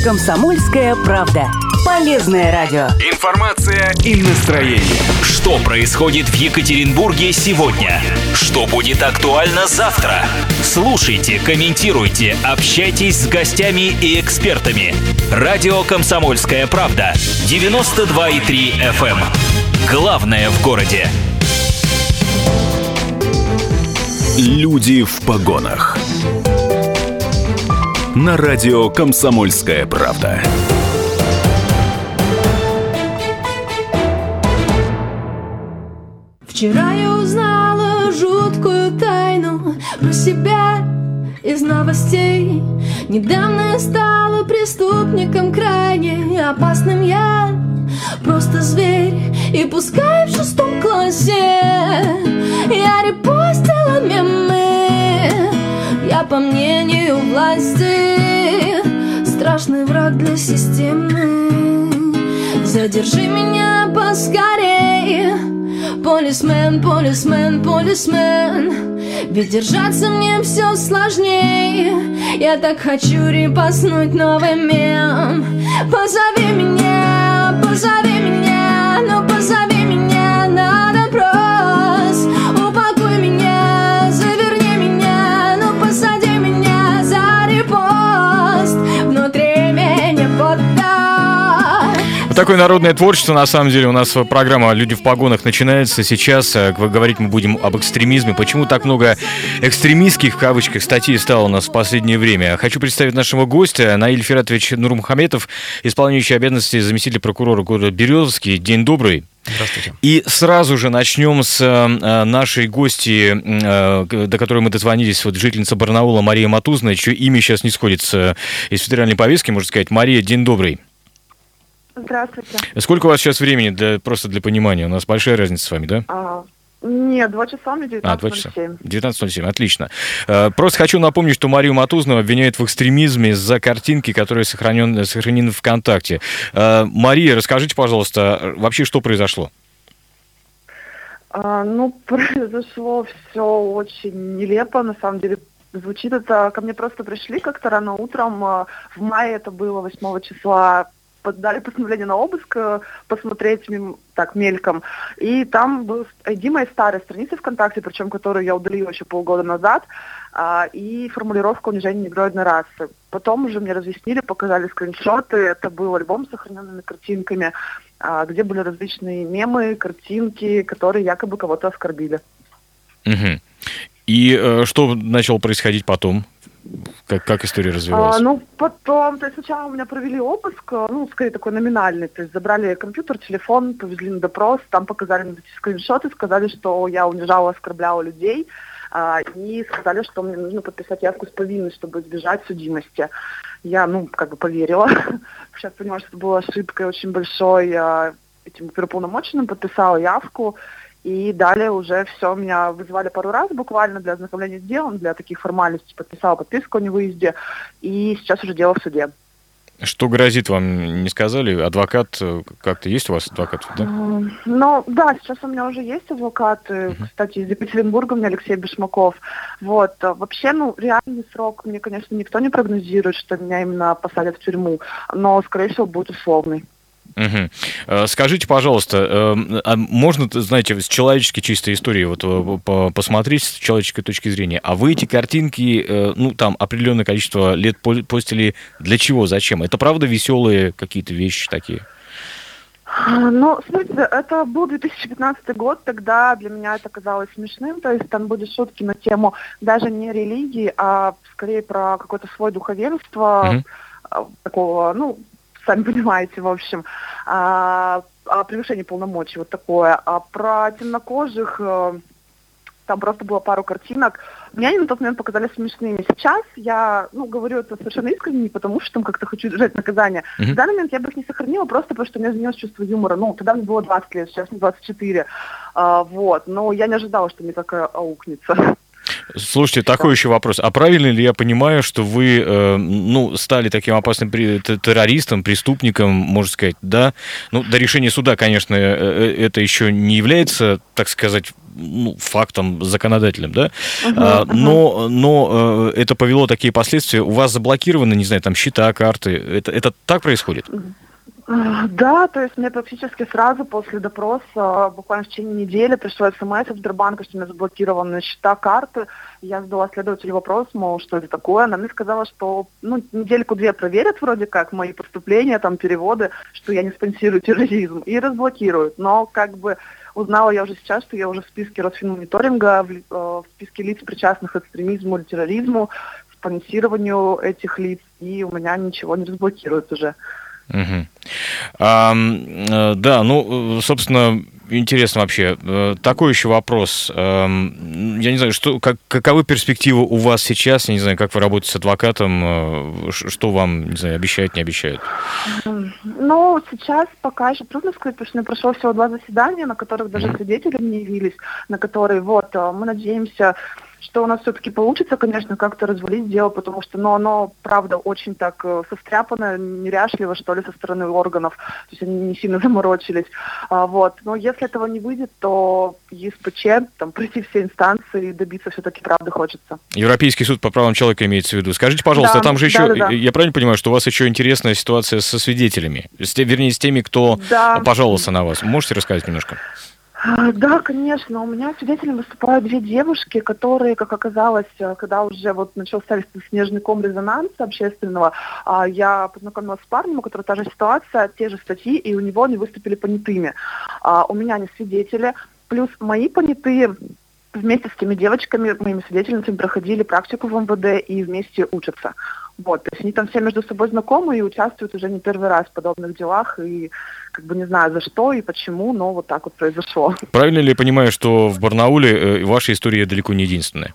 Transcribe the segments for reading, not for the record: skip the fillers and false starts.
«Комсомольская правда». Полезное радио. Информация и настроение. Что происходит в Екатеринбурге сегодня? Что будет актуально завтра? Слушайте, комментируйте, общайтесь с гостями и экспертами. Радио «Комсомольская правда». 92,3 FM. Главное в городе. Люди в погонах. На радио «Комсомольская правда». Вчера я узнала жуткую тайну про себя из новостей. Недавно я стала преступником крайне опасным. Я просто зверь, и пускай в 6 классе я репостила мемы. Я, по мнению власти, страшный враг для системы. Задержи меня поскорее, полисмен, полисмен, полисмен. Ведь держаться мне все сложнее. Я так хочу репостнуть новый мем. Позови меня, ну позови меня на допрос. Упакуй меня, заверни меня, ну посади меня за репост. Внутри меня поддай. Такое народное творчество, на самом деле, у нас программа «Люди в погонах» начинается. Сейчас говорить мы будем об экстремизме. Почему так много экстремистских, в кавычках, статей стало у нас в последнее время? Хочу представить нашего гостя, Наиль Фиратович Нурмухаметов, исполняющий обязанности заместителя прокурора города Березовский. День добрый. Здравствуйте. И сразу же начнем с нашей гости, до которой мы дозвонились, вот жительница Барнаула Мария Матузна, чье имя сейчас не сходится из федеральной повестки, можно сказать. Мария, день добрый. Здравствуйте. Сколько у вас сейчас времени, просто для понимания? У нас большая разница с вами, да? Нет, 2 часа, мне 19:07. 2 часа. 19:07, отлично. Просто хочу напомнить, что Марию Матузну обвиняют в экстремизме из-за картинки, которая сохранена ВКонтакте. Мария, расскажите, пожалуйста, вообще, что произошло? Произошло все очень нелепо, на самом деле. Звучит это, ко мне просто пришли как-то рано утром, в мае это было, 8 числа, дали постановление на обыск, посмотреть так мельком. И там был ID моей старой страницы ВКонтакте, причем которую я удалила еще полгода назад, и формулировка унижения негроидной расы. Потом уже мне разъяснили, показали скриншоты. Это был альбом с сохраненными картинками, где были различные мемы, картинки, которые якобы кого-то оскорбили. Угу. И что начало происходить потом? Как история развивалась? Потом, то есть сначала у меня провели обыск, скорее такой номинальный, то есть забрали компьютер, телефон, повезли на допрос, там показали эти скриншоты, сказали, что я унижала, оскорбляла людей, и сказали, что мне нужно подписать явку с повинной, чтобы избежать судимости. Я, поверила. Сейчас понимаю, что это была ошибкой очень большой, этим оперуполномоченным подписала явку. И далее уже все, меня вызывали пару раз буквально для ознакомления с делом, для таких формальностей, подписала подписку о невыезде, и сейчас уже дело в суде. Что грозит вам, не сказали? Адвокат, как-то есть у вас адвокат, да? Да, сейчас у меня уже есть адвокат, кстати, из Екатеринбурга у меня Алексей Бешмаков. Вообще, реальный срок мне, конечно, никто не прогнозирует, что меня именно посадят в тюрьму, но, скорее всего, будет условный. Угу. Скажите, пожалуйста, можно, знаете, с человеческой чистой истории посмотреть с человеческой точки зрения, а вы эти картинки, там определенное количество лет постили для чего, зачем? Это правда веселые какие-то вещи такие? Смотрите, это был 2015 год, тогда для меня это казалось смешным, то есть там были шутки на тему даже не религии, а скорее про какое-то свое духовенство, такого, сами понимаете, в общем, о превышении полномочий, вот такое. А про темнокожих, там просто было пару картинок. Мне они на тот момент показались смешными. Сейчас я, говорю это совершенно искренне, не потому что там как-то хочу держать наказание. В данный момент я бы их не сохранила, просто потому что у меня изменилось чувство юмора. Тогда мне было 20 лет, сейчас мне 24. Но я не ожидала, что мне такое аукнется. Слушайте, такой еще вопрос. А правильно ли я понимаю, что вы стали таким опасным террористом, преступником, можно сказать, да? Ну, до решения суда, конечно, это еще не является, так сказать, фактом законодательным, да? Но это повело такие последствия. У вас заблокированы, не знаю, там счета, карты. Это так происходит? Да, то есть мне практически сразу после допроса, буквально в течение недели, пришло смс от Сбербанка, что у меня заблокированы счета, карты. Я задала следователю вопрос, мол, что это такое. Она мне сказала, что недельку-две проверят вроде как мои поступления, там переводы, что я не спонсирую терроризм, и разблокируют. Но как бы узнала я уже сейчас, что я уже в списке Росфинмониторинга, в списке лиц, причастных к экстремизму или терроризму, спонсированию этих лиц, и у меня ничего не разблокируют уже. Угу. Да, собственно, интересно вообще. Такой еще вопрос. Я не знаю, каковы перспективы у вас сейчас? Я не знаю, как вы работаете с адвокатом, что вам, не знаю, обещают, не обещают? Сейчас пока еще трудно сказать, потому что прошло всего 2 заседания, на которых даже свидетели не явились, на которые, мы надеемся, что у нас все-таки получится, конечно, как-то развалить дело, потому что оно, правда, очень так состряпано, неряшливо, что ли, со стороны органов, то есть они не сильно заморочились. Но если этого не выйдет, то ЕСПЧ, пройти все инстанции и добиться все-таки правды хочется. Европейский суд по правам человека имеется в виду. Скажите, пожалуйста, там же еще, я правильно понимаю, что у вас еще интересная ситуация со свидетелями, вернее, с теми, кто пожаловался на вас. Можете рассказать немножко? Да, конечно. У меня свидетелями выступают 2 девушки, которые, как оказалось, когда уже начался снежный ком резонанса общественного, я познакомилась с парнем, у которого та же ситуация, те же статьи, и у него они выступили понятыми. У меня они свидетели, плюс мои понятые вместе с теми девочками, моими свидетельницами, проходили практику в МВД и вместе учатся. То есть они там все между собой знакомы и участвуют уже не первый раз в подобных делах, и не знаю за что и почему, но вот так вот произошло. Правильно ли я понимаю, что в Барнауле ваша история далеко не единственная?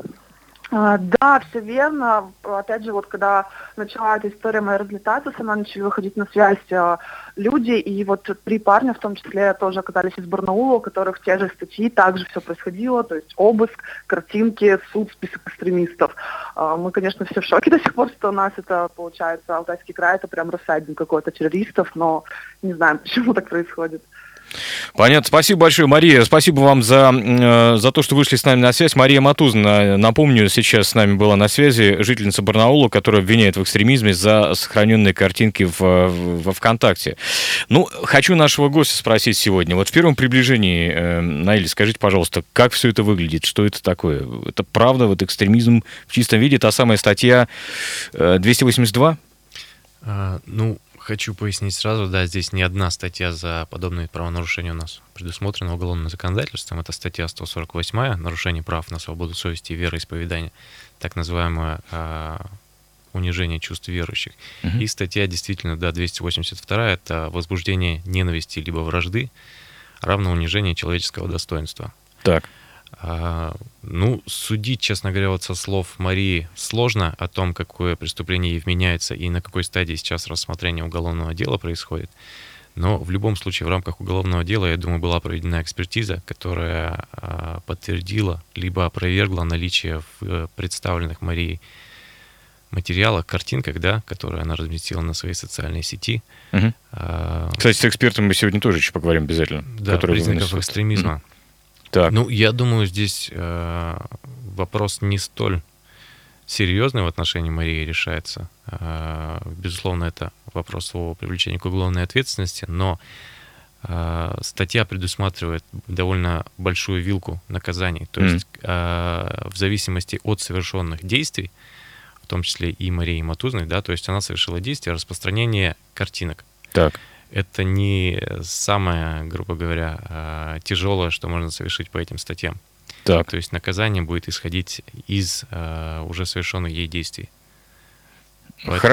Да, все верно. Опять же, когда начала эта история моя разлетаться, сама начали выходить на связь люди, и 3 парня, в том числе, тоже оказались из Барнаула, у которых те же статьи, также все происходило, то есть обыск, картинки, суд, список экстремистов. Мы, конечно, все в шоке до сих пор, что у нас это, получается, Алтайский край, это прям рассадник какой-то террористов, но не знаем, почему так происходит. Понятно. Спасибо большое, Мария. Спасибо вам за то, что вышли с нами на связь. Мария Матузна, напомню, сейчас с нами была на связи, жительница Барнаула, которая обвиняет в экстремизме за сохраненные картинки во ВКонтакте. Хочу нашего гостя спросить сегодня. В первом приближении, Наиль, скажите, пожалуйста, как все это выглядит? Что это такое? Это правда, экстремизм в чистом виде? Та самая статья 282? Хочу пояснить сразу, здесь не одна статья за подобные правонарушения у нас предусмотрена уголовным законодательством. Это статья 148, нарушение прав на свободу совести и вероисповедания, так называемое унижение чувств верующих. И статья действительно, 282, это возбуждение ненависти либо вражды, равно унижению человеческого достоинства. Так. Судить, честно говоря, со слов Марии сложно о том, какое преступление ей вменяется и на какой стадии сейчас рассмотрение уголовного дела происходит. Но в любом случае в рамках уголовного дела, я думаю, была проведена экспертиза, которая подтвердила либо опровергла наличие в представленных Марией материалах, картинках, которые она разместила на своей социальной сети. Кстати, с экспертом мы сегодня тоже еще поговорим обязательно. Да, признаков экстремизма. Так. Я думаю, здесь вопрос не столь серьезный в отношении Марии решается. Безусловно, это вопрос о привлечении к уголовной ответственности, но статья предусматривает довольно большую вилку наказаний. То есть в зависимости от совершенных действий, в том числе и Марии Матузной, то есть она совершила действие распространения картинок. Так. Это не самое, грубо говоря, тяжелое, что можно совершить по этим статьям. Так. То есть наказание будет исходить из уже совершенных ей действий. Поэтому... Хорошо.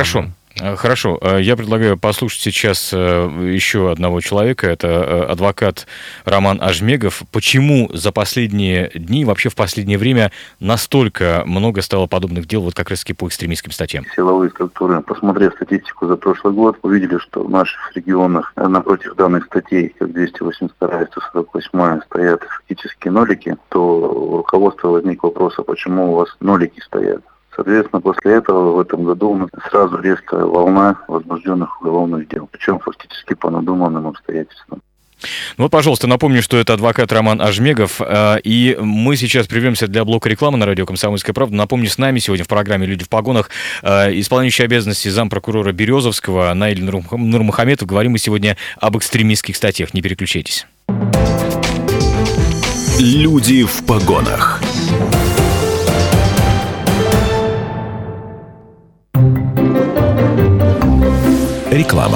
Хорошо, я предлагаю послушать сейчас еще одного человека, это адвокат Роман Ажмегов. Почему за последние дни, вообще в последнее время настолько много стало подобных дел вот как раз-таки по экстремистским статьям? Силовые структуры, посмотрев статистику за прошлый год, увидели, что в наших регионах напротив данных статей, как 282 и 148, стоят фактически нолики, то у руководства возник вопрос, а почему у вас нолики стоят? Соответственно, после этого в этом году у нас сразу резкая волна возбужденных уголовных дел, причем фактически по надуманным обстоятельствам. Ну вот, пожалуйста, напомню, что это адвокат Роман Ажмегов, и мы сейчас прервемся для блока рекламы на радио «Комсомольская правда». Напомню, с нами сегодня в программе «Люди в погонах» исполняющий обязанности зампрокурора Березовского Наиль Нурмухаметов. Говорим мы сегодня об экстремистских статьях. Не переключайтесь. Люди в погонах. Реклама.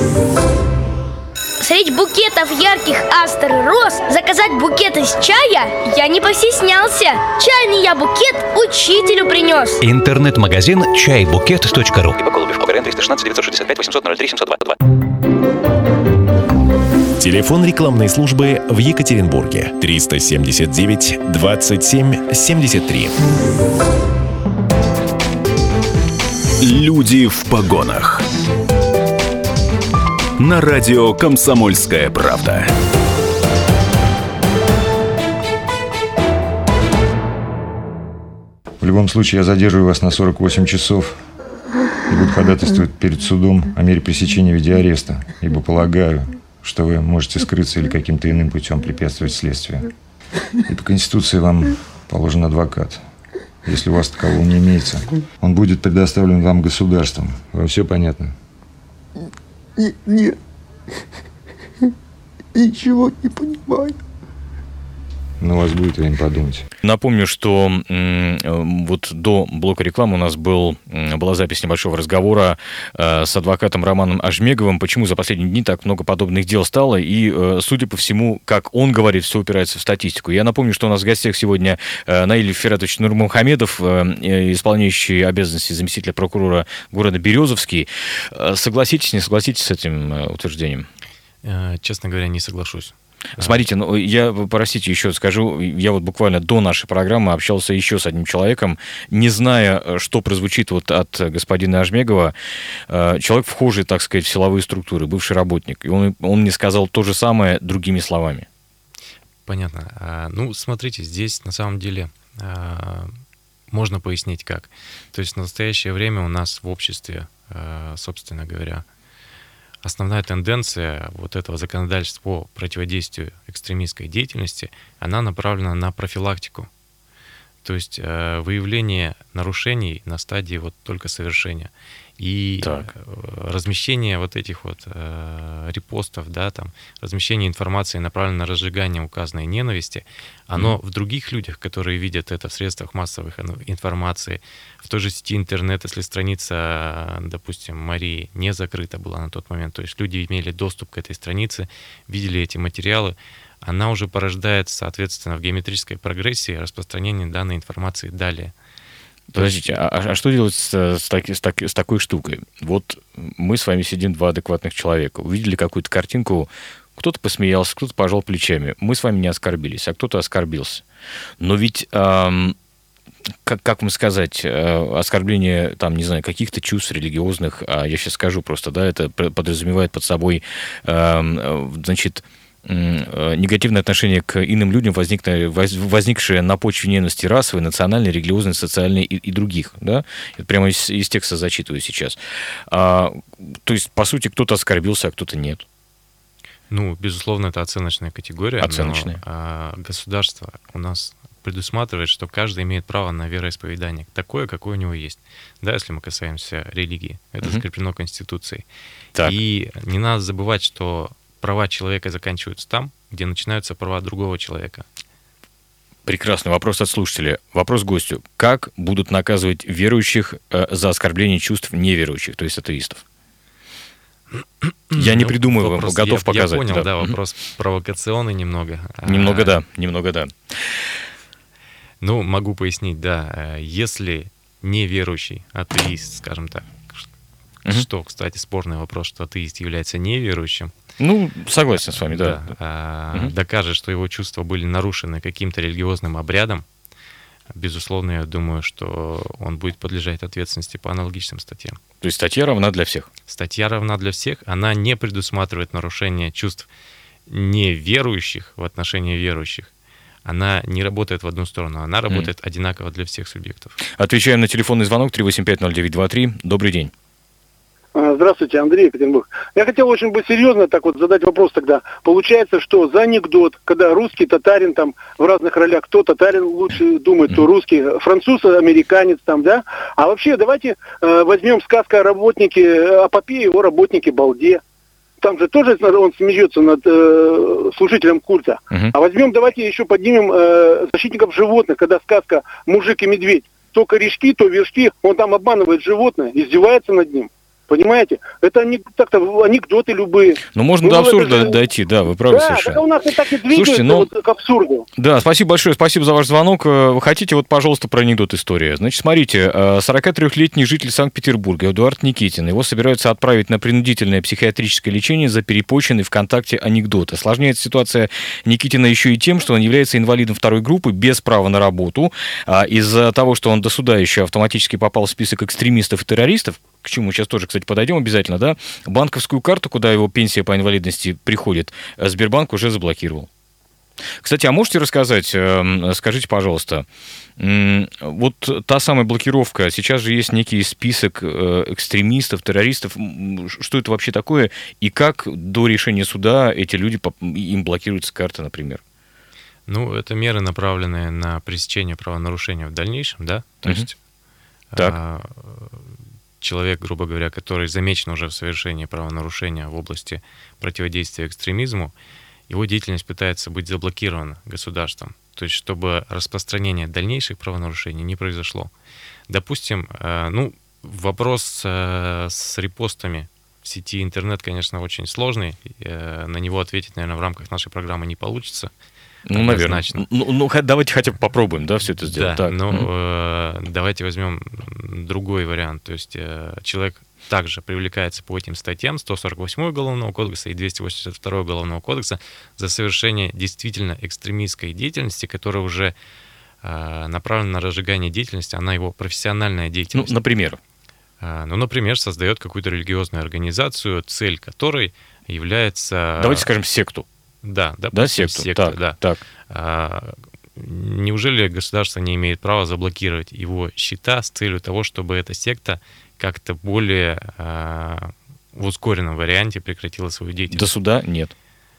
Среди букетов ярких астр и роз заказать букет из чая я не постеснялся. Чайный я букет учителю принес. Интернет-магазин чайбукет.ру. Голубев, ОГРН 316 965 800 03 702. Телефон рекламной службы в Екатеринбурге 379 27 73. Люди в погонах. На радио «Комсомольская правда». В любом случае, я задерживаю вас на 48 часов и буду ходатайствовать перед судом о мере пресечения в виде ареста, ибо полагаю, что вы можете скрыться или каким-то иным путем препятствовать следствию. И по Конституции вам положен адвокат. Если у вас такового не имеется, он будет предоставлен вам государством. Вам все понятно? Нет. Ничего не понимаю. Но у вас будет время подумать. Напомню, что вот до блока рекламы у нас была запись небольшого разговора с адвокатом Романом Ажмеговым, почему за последние дни так много подобных дел стало, и, судя по всему, как он говорит, все упирается в статистику. Я напомню, что у нас в гостях сегодня Наиль Фиратович Нурмухаметов, исполняющий обязанности заместителя прокурора города Березовский. Согласитесь, не согласитесь с этим утверждением? Честно говоря, не соглашусь. Смотрите, ну, я, простите, еще скажу, я вот буквально до нашей программы общался еще с одним человеком, не зная, что прозвучит вот от господина Ажмегова. Человек, вхожий, так сказать, в силовые структуры, бывший работник, и он мне сказал то же самое другими словами. Понятно. Ну, смотрите, здесь на самом деле можно пояснить как. То есть в настоящее время у нас в обществе, собственно говоря, основная тенденция вот этого законодательства по противодействию экстремистской деятельности, она направлена на профилактику. То есть выявление нарушений на стадии вот только совершения. И размещение вот этих вот репостов, да, там, размещение информации, направленной на разжигание указанной ненависти, оно в других людях, которые видят это в средствах массовой информации, в той же сети интернет, если страница, допустим, Марии не закрыта была на тот момент, то есть люди имели доступ к этой странице, видели эти материалы, она уже порождает, соответственно, в геометрической прогрессии распространение данной информации далее. Подождите, а что делать с такой штукой? Вот мы с вами сидим, два адекватных человека, увидели какую-то картинку, кто-то посмеялся, кто-то пожал плечами. Мы с вами не оскорбились, а кто-то оскорбился. Но ведь, как вам сказать, оскорбление, там, не знаю, каких-то чувств религиозных, я сейчас скажу просто, да, это подразумевает под собой, значит, негативное отношение к иным людям, возникшее на почве ненависти расовой, национальной, религиозной, социальной и других. Да? Это прямо из текста зачитываю сейчас. То есть, по сути, кто-то оскорбился, а кто-то нет. Ну, безусловно, это оценочная категория. Оценочная. Но государство у нас предусматривает, что каждый имеет право на вероисповедание, такое, какое у него есть. Да, если мы касаемся религии. Это закреплено Конституцией. Так. И не надо забывать, что права человека заканчиваются там, где начинаются права другого человека. Прекрасный вопрос от слушателя. Вопрос гостю. Как будут наказывать верующих за оскорбление чувств неверующих, то есть атеистов? Я не придумаю, готов показать. Я понял, да, вопрос провокационный немного. Немного да. Ну, могу пояснить, да. Если неверующий атеист, скажем так, Что, кстати, спорный вопрос, что атеист является неверующим. Ну, согласен с вами, да. Докажет, что его чувства были нарушены каким-то религиозным обрядом, безусловно, я думаю, что он будет подлежать ответственности по аналогичным статьям. То есть статья равна для всех? Статья равна для всех. Она не предусматривает нарушение чувств неверующих в отношении верующих. Она не работает в одну сторону, она работает одинаково для всех субъектов. Отвечаем на телефонный звонок 3850923. Добрый день. Здравствуйте, Андрей, Екатеринбург. Я хотел очень быть серьезно так вот задать вопрос тогда. Получается, что за анекдот, когда русский, татарин там в разных ролях, кто татарин лучше думает, то русский, француз, американец там, да? А вообще давайте возьмем сказка о работнике, о Попе, о работнике Балде. Там же тоже он смеется над служителем культа. А возьмем, давайте еще поднимем защитников животных, когда сказка «Мужик и медведь». То корешки, то вершки, он там обманывает животное, издевается над ним. Понимаете? Это так-то анекдоты любые. Ну, можно до абсурда дойти, да, вы правы совершенно. Да, у нас и так и двигается. Слушайте, вот к абсурду. Да, спасибо большое, спасибо за ваш звонок. Вы хотите, вот, пожалуйста, про анекдот история. Значит, смотрите, 43-летний житель Санкт-Петербурга Эдуард Никитин, его собираются отправить на принудительное психиатрическое лечение за перепощенный ВКонтакте анекдот. Осложняется ситуация Никитина еще и тем, что он является инвалидом второй группы без права на работу. Из-за того, что он до суда еще автоматически попал в список экстремистов и террористов, к чему сейчас тоже, кстати, подойдем обязательно, да, банковскую карту, куда его пенсия по инвалидности приходит, Сбербанк уже заблокировал. Кстати, а можете рассказать, скажите, пожалуйста, вот та самая блокировка, сейчас же есть некий список экстремистов, террористов, что это вообще такое, и как до решения суда эти люди, им блокируются карты, например? Ну, это меры, направленные на пресечение правонарушения в дальнейшем, да, то есть... Человек, грубо говоря, который замечен уже в совершении правонарушения в области противодействия экстремизму, его деятельность пытается быть заблокирована государством, то есть чтобы распространение дальнейших правонарушений не произошло. Допустим, вопрос с репостами в сети интернет, конечно, очень сложный, на него ответить, наверное, в рамках нашей программы не получится. Ну, наверное. Ну, давайте хотя бы попробуем, да, все это сделать. Да, так. Давайте возьмем другой вариант. То есть человек также привлекается по этим статьям 148 Уголовного кодекса и 282 Уголовного кодекса за совершение действительно экстремистской деятельности, которая уже направлена на разжигание деятельности, она его профессиональная деятельность. Ну, например? Например, создает какую-то религиозную организацию, цель которой является... Давайте скажем секту. Да, секту. Секта, так. Неужели государство не имеет права заблокировать его счета с целью того, чтобы эта секта как-то более в ускоренном варианте прекратила свою деятельность? До суда нет.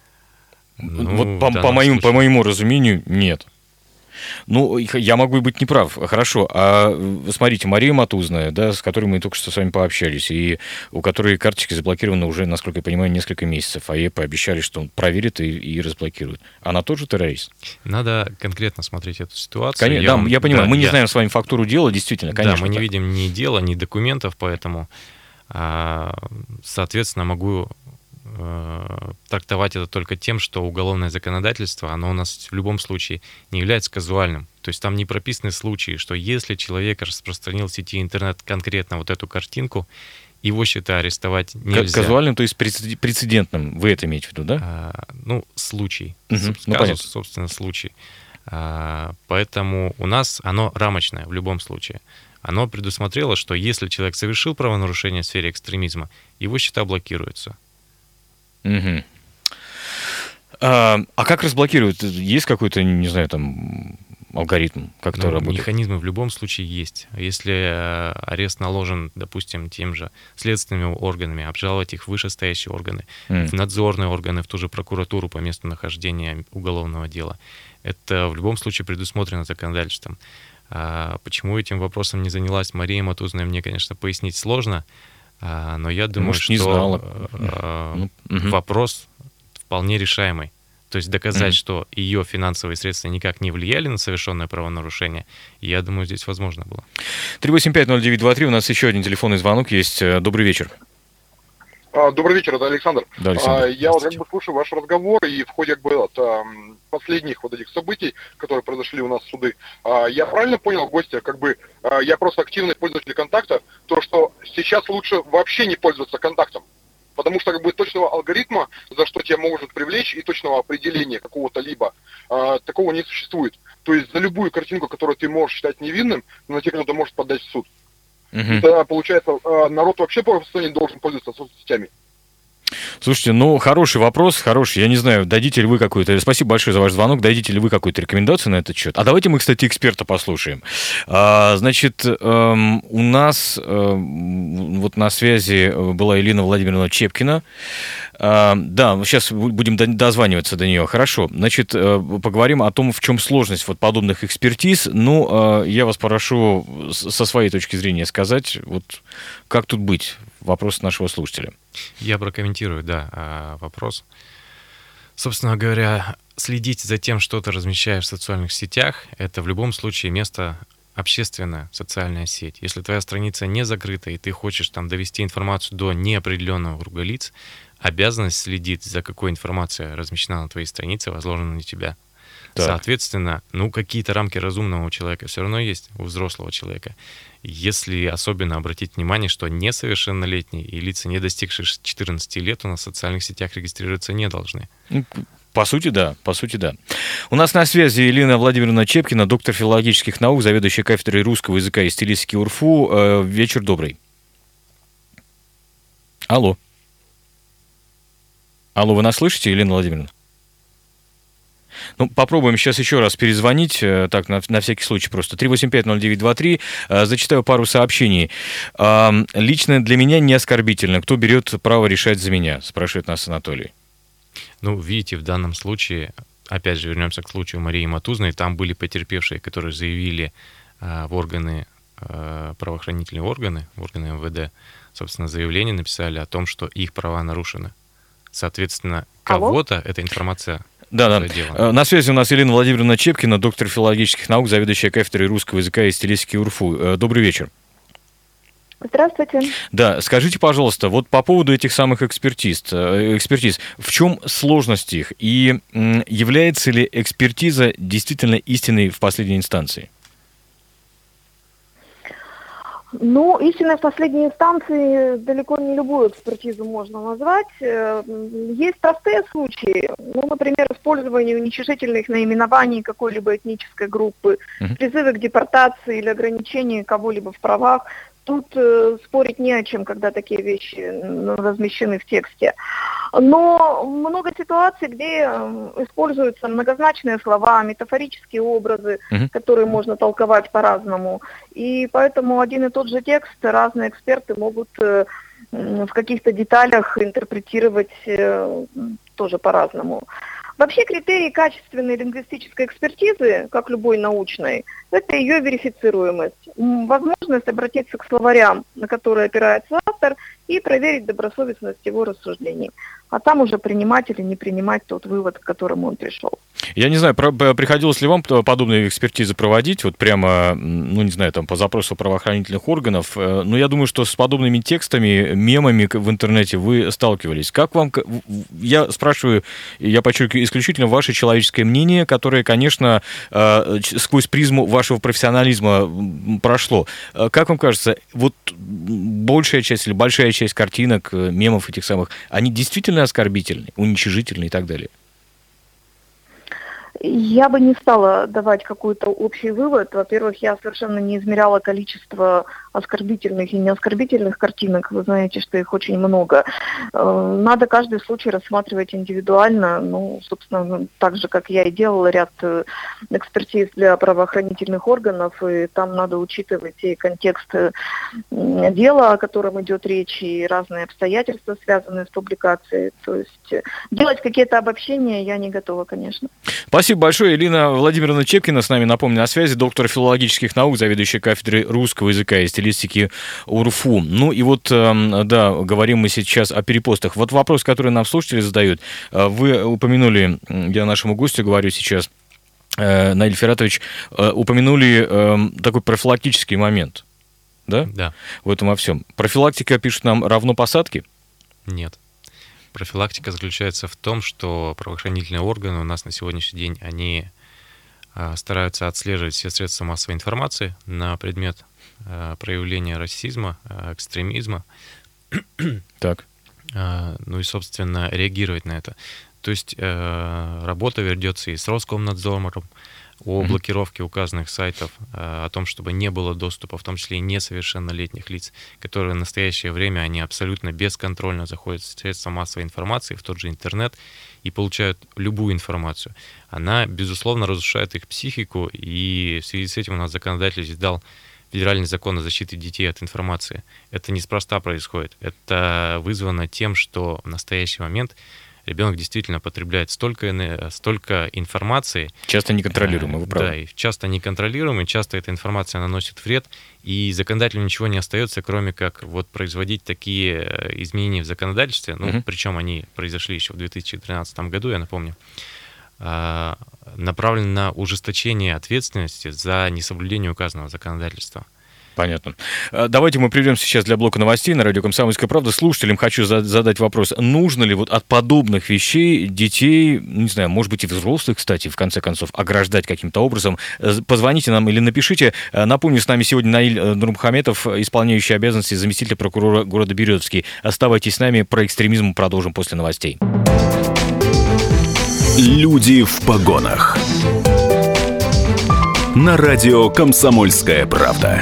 Вот по моему разумению, нет. Ну, я могу быть неправ. Хорошо. А смотрите, Мария Матузная, да, с которой мы только что с вами пообщались, и у которой карточки заблокированы уже, насколько я понимаю, несколько месяцев, а ей пообещали, что он проверит и разблокирует. Она тоже террорист? Надо конкретно смотреть эту ситуацию. Конечно, я понимаю. Мы не знаем с вами фактуру дела, действительно, конечно. Да, мы не видим ни дела, ни документов, поэтому, соответственно, могу трактовать это только тем, что уголовное законодательство, оно у нас в любом случае не является казуальным. То есть там не прописаны случаи, что если человек распространил в сети интернет конкретно вот эту картинку, его счета арестовать нельзя. Казуальным, то есть прецедентным, вы это имеете в виду, да? Случай. Понятно. Собственно, случай. Поэтому у нас оно рамочное в любом случае. Оно предусмотрело, что если человек совершил правонарушение в сфере экстремизма, его счета блокируются. Угу. А как разблокируют? Есть какой-то, не знаю, там алгоритм, как это работает? Механизмы в любом случае есть. Если арест наложен, допустим, тем же следственными органами, обжаловать их в вышестоящие органы, в надзорные органы, в ту же прокуратуру по месту нахождения уголовного дела. Это в любом случае предусмотрено законодательством. Почему этим вопросом не занялась Мария Матузная, мне, конечно, пояснить сложно. Но я думаю, может, что вопрос вполне решаемый. То есть доказать, что ее финансовые средства никак не влияли на совершенное правонарушение, я думаю, здесь возможно было. 3850923, у нас еще один телефонный звонок есть. Добрый вечер. Добрый вечер, это Александр. Да, Александр. Я вот как бы слушаю ваш разговор, и в ходе последних вот этих событий, которые произошли у нас в суды, я правильно понял, гостя, я просто активный пользователь контакта, то, что сейчас лучше вообще не пользоваться контактом, потому что точного алгоритма, за что тебя могут привлечь, и точного определения какого-то либо, такого не существует. То есть за любую картинку, которую ты можешь считать невинным, на тебя кто-то может подать в суд. Тогда, получается, народ вообще просто не должен пользоваться соцсетями. Слушайте, хороший вопрос, хороший. Я не знаю, дадите ли вы какую-то... Спасибо большое за ваш звонок. Дадите ли вы какую-то рекомендацию на этот счет? А давайте мы, кстати, эксперта послушаем. Значит, у нас вот на связи была Елена Владимировна Чепкина. Да, сейчас будем дозваниваться до нее. Хорошо. Значит, поговорим о том, в чем сложность вот подобных экспертиз. Я вас прошу со своей точки зрения сказать, вот как тут быть? Вопрос нашего слушателя. Я прокомментирую, вопрос. Собственно говоря, следить за тем, что ты размещаешь в социальных сетях, это в любом случае место общественная социальная сеть. Если твоя страница не закрыта, и ты хочешь там довести информацию до неопределенного круга лиц, обязанность следить, за какой информацией размещена на твоей странице, возложена на тебя. Так. Соответственно, какие-то рамки разумного у человека все равно есть, у взрослого человека. Если особенно обратить внимание, что несовершеннолетние и лица, не достигшие 14 лет, у нас в социальных сетях регистрироваться не должны. По сути, да. У нас на связи Елена Владимировна Чепкина, доктор филологических наук, заведующая кафедрой русского языка и стилистики УрФУ. Вечер добрый. Алло, вы нас слышите, Елена Владимировна? Попробуем сейчас еще раз перезвонить, так, на всякий случай просто. 3850923, зачитаю пару сообщений. Лично для меня не оскорбительно. Кто берет право решать за меня, спрашивает нас Анатолий. Видите, в данном случае, опять же, вернемся к случаю Марии Матузной, там были потерпевшие, которые заявили в органы, правоохранительные органы, в органы МВД, собственно, заявление написали о том, что их права нарушены. Соответственно, кого-то эта информация... Да. На связи у нас Елена Владимировна Чепкина, доктор филологических наук, заведующая кафедрой русского языка и стилистики УрФУ. Добрый вечер. Здравствуйте. Да, скажите, пожалуйста, вот по поводу этих самых экспертиз, в чем сложность их и является ли экспертиза действительно истиной в последней инстанции? Истинной в последней инстанции далеко не любую экспертизу можно назвать. Есть простые случаи, например, использование уничижительных наименований какой-либо этнической группы, призывы к депортации или ограничение кого-либо в правах. Тут спорить не о чем, когда такие вещи размещены в тексте. Но много ситуаций, где используются многозначные слова, метафорические образы, которые можно толковать по-разному. И поэтому один и тот же текст разные эксперты могут в каких-то деталях интерпретировать тоже по-разному. Вообще критерий качественной лингвистической экспертизы, как любой научной, это ее верифицируемость, возможность обратиться к словарям, на которые опирается автор, и проверить добросовестность его рассуждений. А там уже принимать или не принимать тот вывод, к которому он пришел. Я не знаю, приходилось ли вам подобные экспертизы проводить, вот прямо, по запросу правоохранительных органов, но я думаю, что с подобными текстами, мемами в интернете вы сталкивались. Как вам, я спрашиваю, я подчеркиваю, исключительно ваше человеческое мнение, которое, конечно, сквозь призму вашего профессионализма прошло. Как вам кажется, вот большая часть картинок, мемов этих самых, они действительно оскорбительны, уничижительны и так далее? Я бы не стала давать какой-то общий вывод. Во-первых, я совершенно не измеряла количество оскорбительных и неоскорбительных картинок. Вы знаете, что их очень много. Надо каждый случай рассматривать индивидуально. Собственно, так же, как я и делала ряд экспертиз для правоохранительных органов. И там надо учитывать и контекст дела, о котором идет речь, и разные обстоятельства, связанные с публикацией. То есть делать какие-то обобщения я не готова, конечно. Спасибо большое. Елена Владимировна Чепкина с нами, напомню, на связи, доктор филологических наук, заведующая кафедрой русского языка и стилистики УрФУ. Говорим мы сейчас о перепостах. Вот вопрос, который нам слушатели задают. Вы упомянули, я нашему гостю говорю сейчас, Наиль Фиратович, упомянули такой профилактический момент, да? Да. В этом во всем. Профилактика, пишет нам, равно посадке? Нет. Профилактика заключается в том, что правоохранительные органы у нас на сегодняшний день, они стараются отслеживать все средства массовой информации на предмет проявления расизма, экстремизма. Так. Ну и, собственно, реагировать на это. То есть работа ведется и с Роскомнадзором о блокировке указанных сайтов, о том, чтобы не было доступа, в том числе и несовершеннолетних лиц, которые в настоящее время, они абсолютно бесконтрольно заходят в средства массовой информации, в тот же интернет, и получают любую информацию. Она, безусловно, разрушает их психику, и в связи с этим у нас законодатель издал Федеральный закон о защите детей от информации. Это неспроста происходит. Это вызвано тем, что в настоящий момент ребенок действительно потребляет столько информации. Часто неконтролируемый, вы правы. Да, и часто неконтролируемый, часто эта информация наносит вред, и законодателю ничего не остается, кроме как вот производить такие изменения в законодательстве, ну, причем они произошли еще в 2013 году, я напомню, направлен на ужесточение ответственности за несоблюдение указанного законодательства. Понятно. Давайте мы прервемся сейчас для блока новостей на радио «Комсомольская правда». Слушателям хочу задать вопрос. Нужно ли вот от подобных вещей детей, не знаю, может быть и взрослых, кстати, в конце концов, ограждать каким-то образом? Позвоните нам или напишите. Напомню, с нами сегодня Наиль Нурмухаметов, исполняющий обязанности заместителя прокурора города Березовский. Оставайтесь с нами, про экстремизм продолжим после новостей. Люди в погонах. На радио «Комсомольская правда».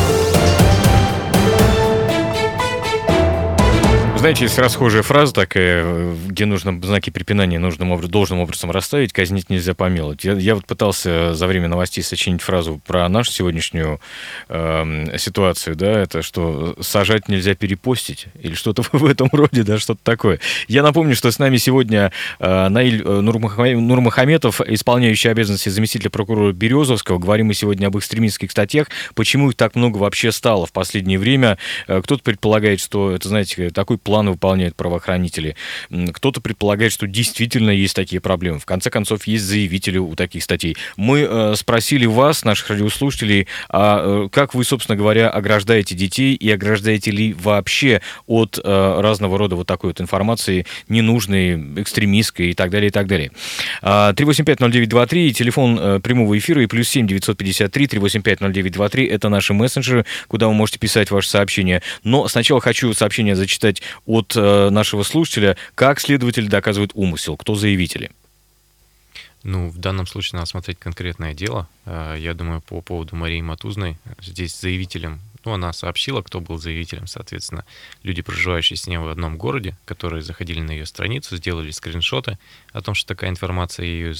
Знаете, есть расхожая фраза такая, где нужно знаки препинания должным образом расставить, казнить нельзя помиловать. Я вот пытался за время новостей сочинить фразу про нашу сегодняшнюю ситуацию, да, это что сажать нельзя перепостить, или что-то в этом роде, да, что-то такое. Я напомню, что с нами сегодня Наиль Нурмухаметов, исполняющий обязанности заместителя прокурора Березовского. Говорим мы сегодня об экстремистских статьях. Почему их так много вообще стало в последнее время? Кто-то предполагает, что это, знаете, такой план выполняют правоохранители. Кто-то предполагает, что действительно есть такие проблемы. В конце концов, есть заявители у таких статей. Мы спросили вас, наших радиослушателей, как вы, собственно говоря, ограждаете детей и ограждаете ли вообще от разного рода вот такой вот информации ненужной, экстремистской и так далее, и так далее. 3850923, телефон прямого эфира и +7 953 385 0923, это наши мессенджеры, куда вы можете писать ваши сообщения. Но сначала хочу сообщение зачитать от нашего слушателя. Как следователи доказывают умысел? Кто заявители? Ну, в данном случае надо смотреть конкретное дело. Я думаю, по поводу Марии Матузной. Здесь заявителем, ну, она сообщила, кто был заявителем, соответственно, люди, проживающие с ней в одном городе, которые заходили на ее страницу, сделали скриншоты о том, что такая информация ее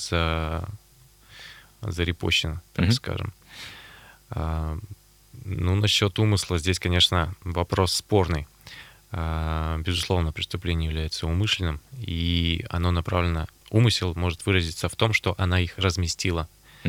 зарепощена, так скажем. Ну, насчет умысла здесь, конечно, вопрос спорный. Безусловно, преступление является умышленным, и оно направлено... Умысел может выразиться в том, что она их разместила.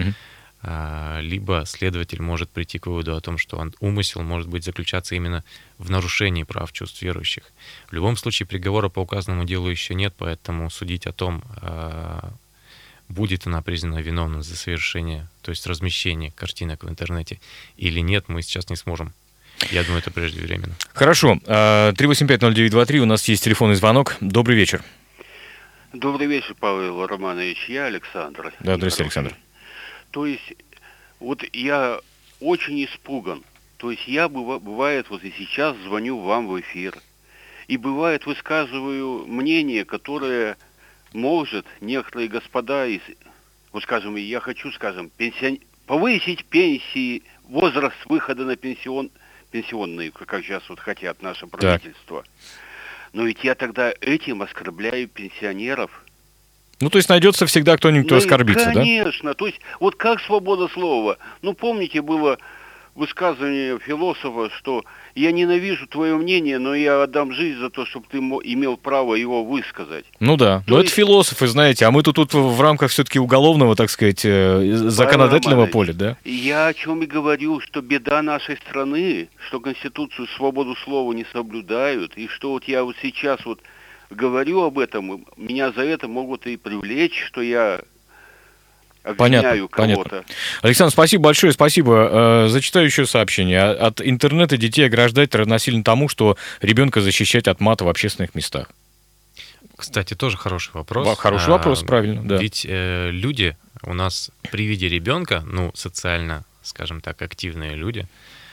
Либо следователь может прийти к выводу о том, что умысел может быть заключаться именно в нарушении прав чувств верующих. В любом случае, приговора по указанному делу еще нет, поэтому судить о том, будет она признана виновной за совершение, то есть размещение картинок в интернете или нет, мы сейчас не сможем. Я думаю, это преждевременно. Хорошо. 3850923, у нас есть телефонный звонок. Добрый вечер. Добрый вечер, Павел Романович. Я Александр. Да, здравствуйте, Александр. То есть, вот я очень испуган. То есть, я, бывает, вот и сейчас звоню вам в эфир. И бывает, высказываю мнение, которое может некоторые господа, вот скажем, я хочу, скажем, повысить пенсии, возраст выхода на пенсионные, как сейчас вот хотят наше правительство. Так. Но ведь я тогда этим оскорбляю пенсионеров. Ну, то есть найдется всегда кто-нибудь, кто оскорбится, конечно. да? Конечно. То есть, вот как свобода слова. Ну, помните, было высказывание философа, что я ненавижу твое мнение, но я отдам жизнь за то, чтобы ты имел право его высказать. Ну да, но это философы, знаете, а мы тут в рамках все-таки уголовного, так сказать, законодательного поля, да? Я о чем и говорю, что беда нашей страны, что Конституцию, свободу слова не соблюдают, и что вот я вот сейчас вот говорю об этом, меня за это могут и привлечь, что я обвиняю кого-то. Понятно. Александр, спасибо большое, спасибо. Зачитаю еще сообщение. От интернета детей ограждать равносильно тому, что ребенка защищать от мата в общественных местах. Кстати, тоже хороший вопрос. Хороший вопрос, правильно, да. Ведь люди у нас при виде ребенка, социально, скажем так, активные люди,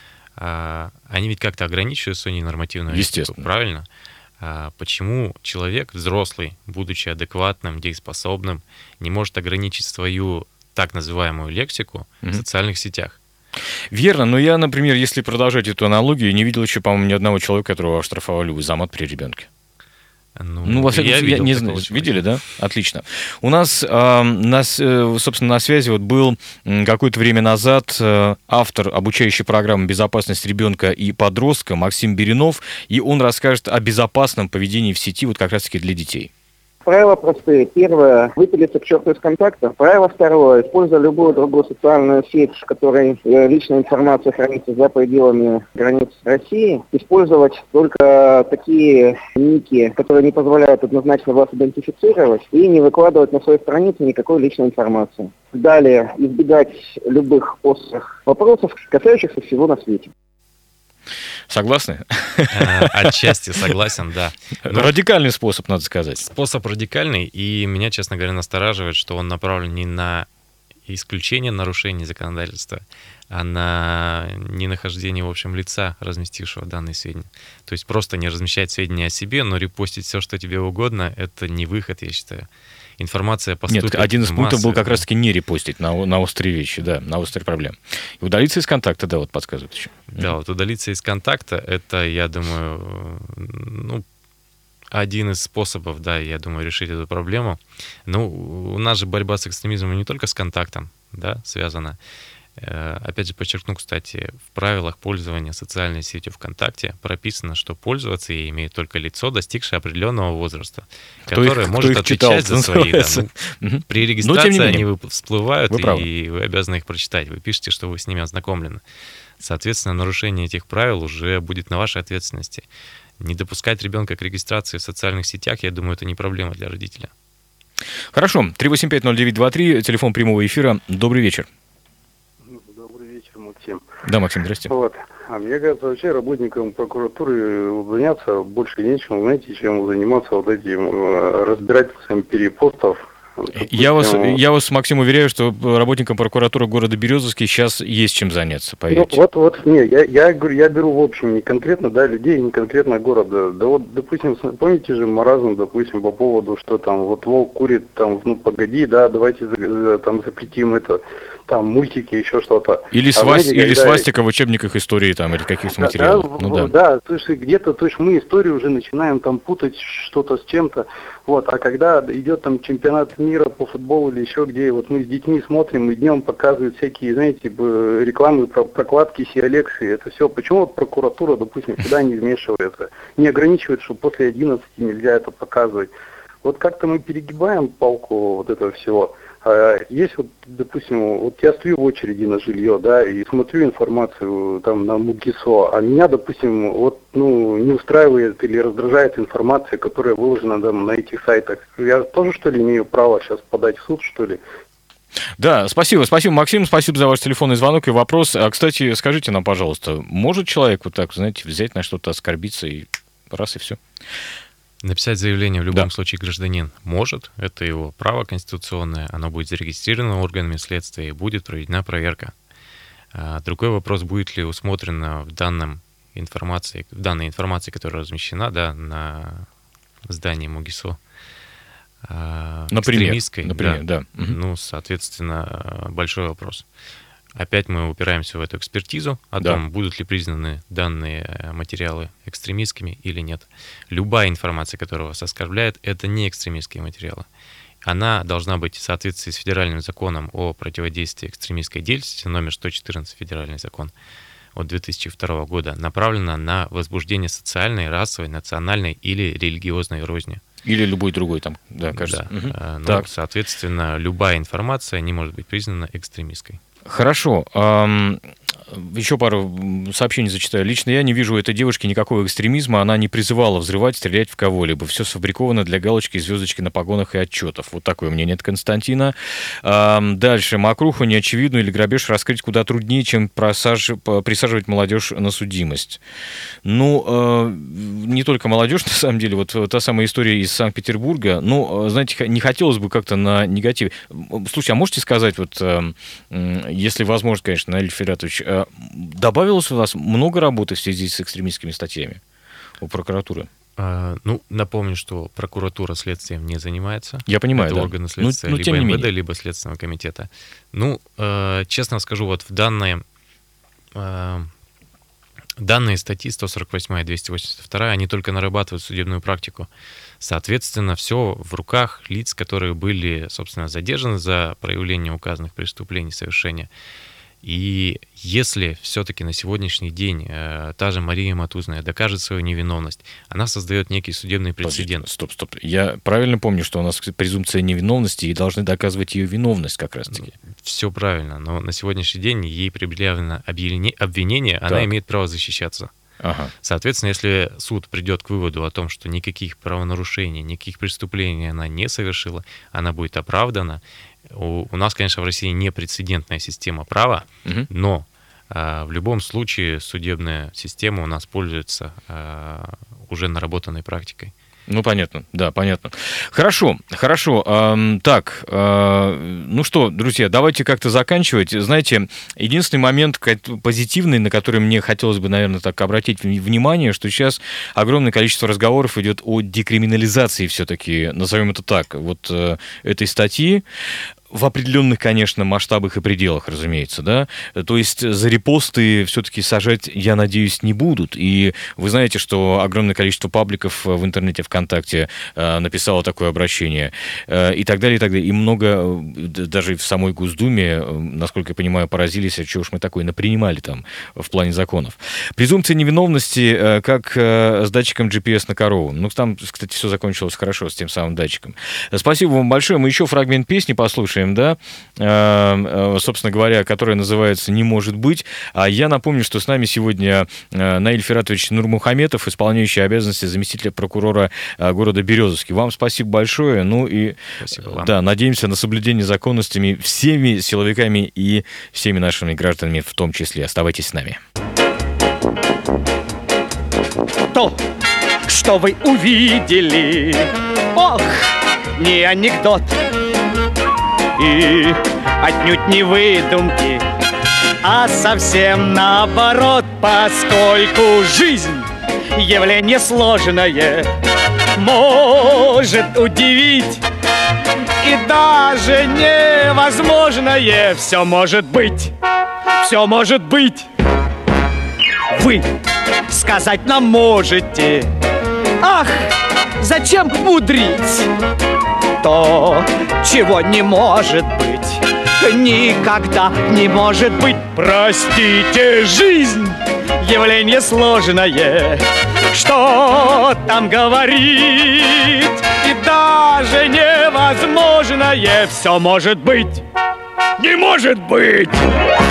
они ведь как-то ограничивают свою ненормативную лексику, правильно? Почему человек, взрослый, будучи адекватным, дееспособным, не может ограничить свою так называемую лексику в социальных сетях? Верно, но я, например, если продолжать эту аналогию, не видел еще, по-моему, ни одного человека, которого оштрафовали за мат при ребенке. Во всяком случае, я не знаю. Видели, да? Отлично. У нас, собственно, на связи был какое-то время назад автор обучающей программы «Безопасность ребенка и подростка» Максим Беринов, и он расскажет о безопасном поведении в сети как раз-таки для детей. Правила простые. Первое – выпилиться к черту из контакта. Правило второе – используя любую другую социальную сеть, в которой личная информация хранится за пределами границ России, использовать только такие ники, которые не позволяют однозначно вас идентифицировать, и не выкладывать на своей странице никакой личной информации. Далее, избегать любых острых вопросов, касающихся всего на свете. Согласны? Отчасти согласен, да. Радикальный способ, надо сказать. Способ радикальный, и меня, честно говоря, настораживает, что он направлен не на исключение нарушений законодательства, а на ненахождение, в общем, лица, разместившего данные сведения. То есть просто не размещать сведения о себе, но репостить все, что тебе угодно, это не выход, я считаю. Информация поступит. Нет, один из пунктов был как раз-таки не репостить на острые вещи, да, на острые проблемы. И удалиться из контакта, да, вот подсказывают еще. Да, вот удалиться из контакта, это, я думаю, один из способов, да, я думаю, решить эту проблему. У нас же борьба с экстремизмом не только с контактом, да, связана. Опять же, подчеркну, кстати, в правилах пользования социальной сетью ВКонтакте прописано, что пользоваться ей имеет только лицо, достигшее определенного возраста, которое может отвечать за свои. При регистрации они всплывают, и вы обязаны их прочитать. Вы пишете, что вы с ними ознакомлены. Соответственно, нарушение этих правил уже будет на вашей ответственности. Не допускать ребенка к регистрации в социальных сетях, я думаю, это не проблема для родителя. Хорошо. 3850923, телефон прямого эфира. Добрый вечер. Максим. Да, Максим, здрасте. А мне кажется, вообще работникам прокуратуры заняться больше нечем, знаете, чем заниматься этим разбирательством перепостов. Я вас, Максим, уверяю, что работникам прокуратуры города Березовский сейчас есть чем заняться, поверьте. Я беру в общем не конкретно, да, людей, не конкретно города. Да вот, допустим, помните же маразм, допустим, по поводу, что там вот волк курит, там, погоди, да, давайте там запретим это, там, мультики, еще что-то. Или свастика в учебниках истории, там, или каких-то материалов. Да, то есть где-то, мы историю уже начинаем там путать что-то с чем-то, а когда идет там чемпионат мира по футболу или еще где, мы с детьми смотрим, и днем показывают всякие, знаете, рекламы про прокладки Сиалексы, это все. Почему прокуратура, допустим, сюда не вмешивается, не ограничивает, что после 11 нельзя это показывать? Как-то мы перегибаем палку этого всего. Есть допустим, я стою в очереди на жилье, да, и смотрю информацию там на МУГИСО, а меня, допустим, не устраивает или раздражает информация, которая выложена там на этих сайтах. Я тоже, что ли, имею право сейчас подать в суд, что ли? Да, спасибо, Максим, спасибо за ваш телефонный звонок и вопрос. Кстати, скажите нам, пожалуйста, может человек взять на что-то оскорбиться и раз и все? Написать заявление в любом случае гражданин может, это его право конституционное, оно будет зарегистрировано органами следствия и будет проведена проверка. Другой вопрос, будет ли усмотрено в данной информации, которая размещена, да, на здании МУГИСО, экстремистской, например, да. Соответственно, большой вопрос. Опять мы упираемся в эту экспертизу о том, будут ли признаны данные материалы экстремистскими или нет. Любая информация, которая вас оскорбляет, это не экстремистские материалы. Она должна быть в соответствии с федеральным законом о противодействии экстремистской деятельности, номер 114, федеральный закон от 2002 года, направлена на возбуждение социальной, расовой, национальной или религиозной розни. Или любой другой там, да, кажется. Да. Соответственно, любая информация не может быть признана экстремистской. Хорошо. Еще пару сообщений зачитаю. Лично я не вижу у этой девушки никакого экстремизма. Она не призывала взрывать, стрелять в кого-либо. Все сфабриковано для галочки, звездочки на погонах и отчетов. Вот такое мнение от Константина. Дальше. Мокруху неочевидную или грабеж раскрыть куда труднее, чем присаживать молодежь на судимость. Ну, не только молодежь, на самом деле. Вот та самая история из Санкт-Петербурга. Ну, знаете, не хотелось бы как-то на негативе. Слушайте, а можете сказать, вот, если возможно, конечно, Наиль Фиратович, добавилось у вас много работы в связи с экстремистскими статьями у прокуратуры? Ну, напомню, что прокуратура следствием не занимается. Я понимаю, это да. органы следствия, либо МВД, либо Следственного комитета. Ну, честно скажу, вот в данные статьи 148 и 282, они только нарабатывают судебную практику. Соответственно, все в руках лиц, которые были, собственно, задержаны за проявление указанных преступлений, совершения. И если все-таки на сегодняшний день та же Мария Матузная докажет свою невиновность, она создает некий судебный прецедент. Стоп. Я правильно помню, что у нас презумпция невиновности, и должны доказывать ее виновность как раз-таки. Все правильно, но на сегодняшний день ей предъявлено обвинение, она имеет право защищаться. Ага. Соответственно, если суд придет к выводу о том, что никаких правонарушений, никаких преступлений она не совершила, она будет оправдана. У нас, конечно, в России не прецедентная система права, но в любом случае судебная система у нас пользуется уже наработанной практикой. Ну, понятно, да, понятно. Хорошо. Так, ну что, друзья, давайте как-то заканчивать. Знаете, единственный момент позитивный, на который мне хотелось бы, наверное, так обратить внимание, что сейчас огромное количество разговоров идет о декриминализации все-таки, назовем это так, вот этой статьи. В определенных, конечно, масштабах и пределах, разумеется, да. То есть за репосты все-таки сажать, я надеюсь, не будут. И вы знаете, что огромное количество пабликов в интернете, ВКонтакте написало такое обращение и так далее, и так далее. И много, даже в самой Госдуме, насколько я понимаю, поразились, а что уж мы такое напринимали там в плане законов. Презумпция невиновности, как с датчиком GPS на корову. Ну, там, кстати, все закончилось хорошо с тем самым датчиком. Спасибо вам большое. Мы еще фрагмент песни послушаем, да, собственно говоря, которая называется «Не может быть». А я напомню, что с нами сегодня Наиль Фиратович Нурмухаметов, исполняющий обязанности заместителя прокурора города Березовский. Вам спасибо большое. Ну и да, надеемся на соблюдение законностями всеми силовиками и всеми нашими гражданами в том числе. Оставайтесь с нами. То, что вы увидели, ох, не анекдот. И отнюдь не выдумки, а совсем наоборот, поскольку жизнь — явление сложное, может удивить и даже невозможное. Все может быть, все может быть. Вы сказать нам можете: ах, зачем мудрить? То, чего не может быть, никогда не может быть. Простите, жизнь — явление сложное, что там говорить, и даже невозможное. Все может быть, не может быть.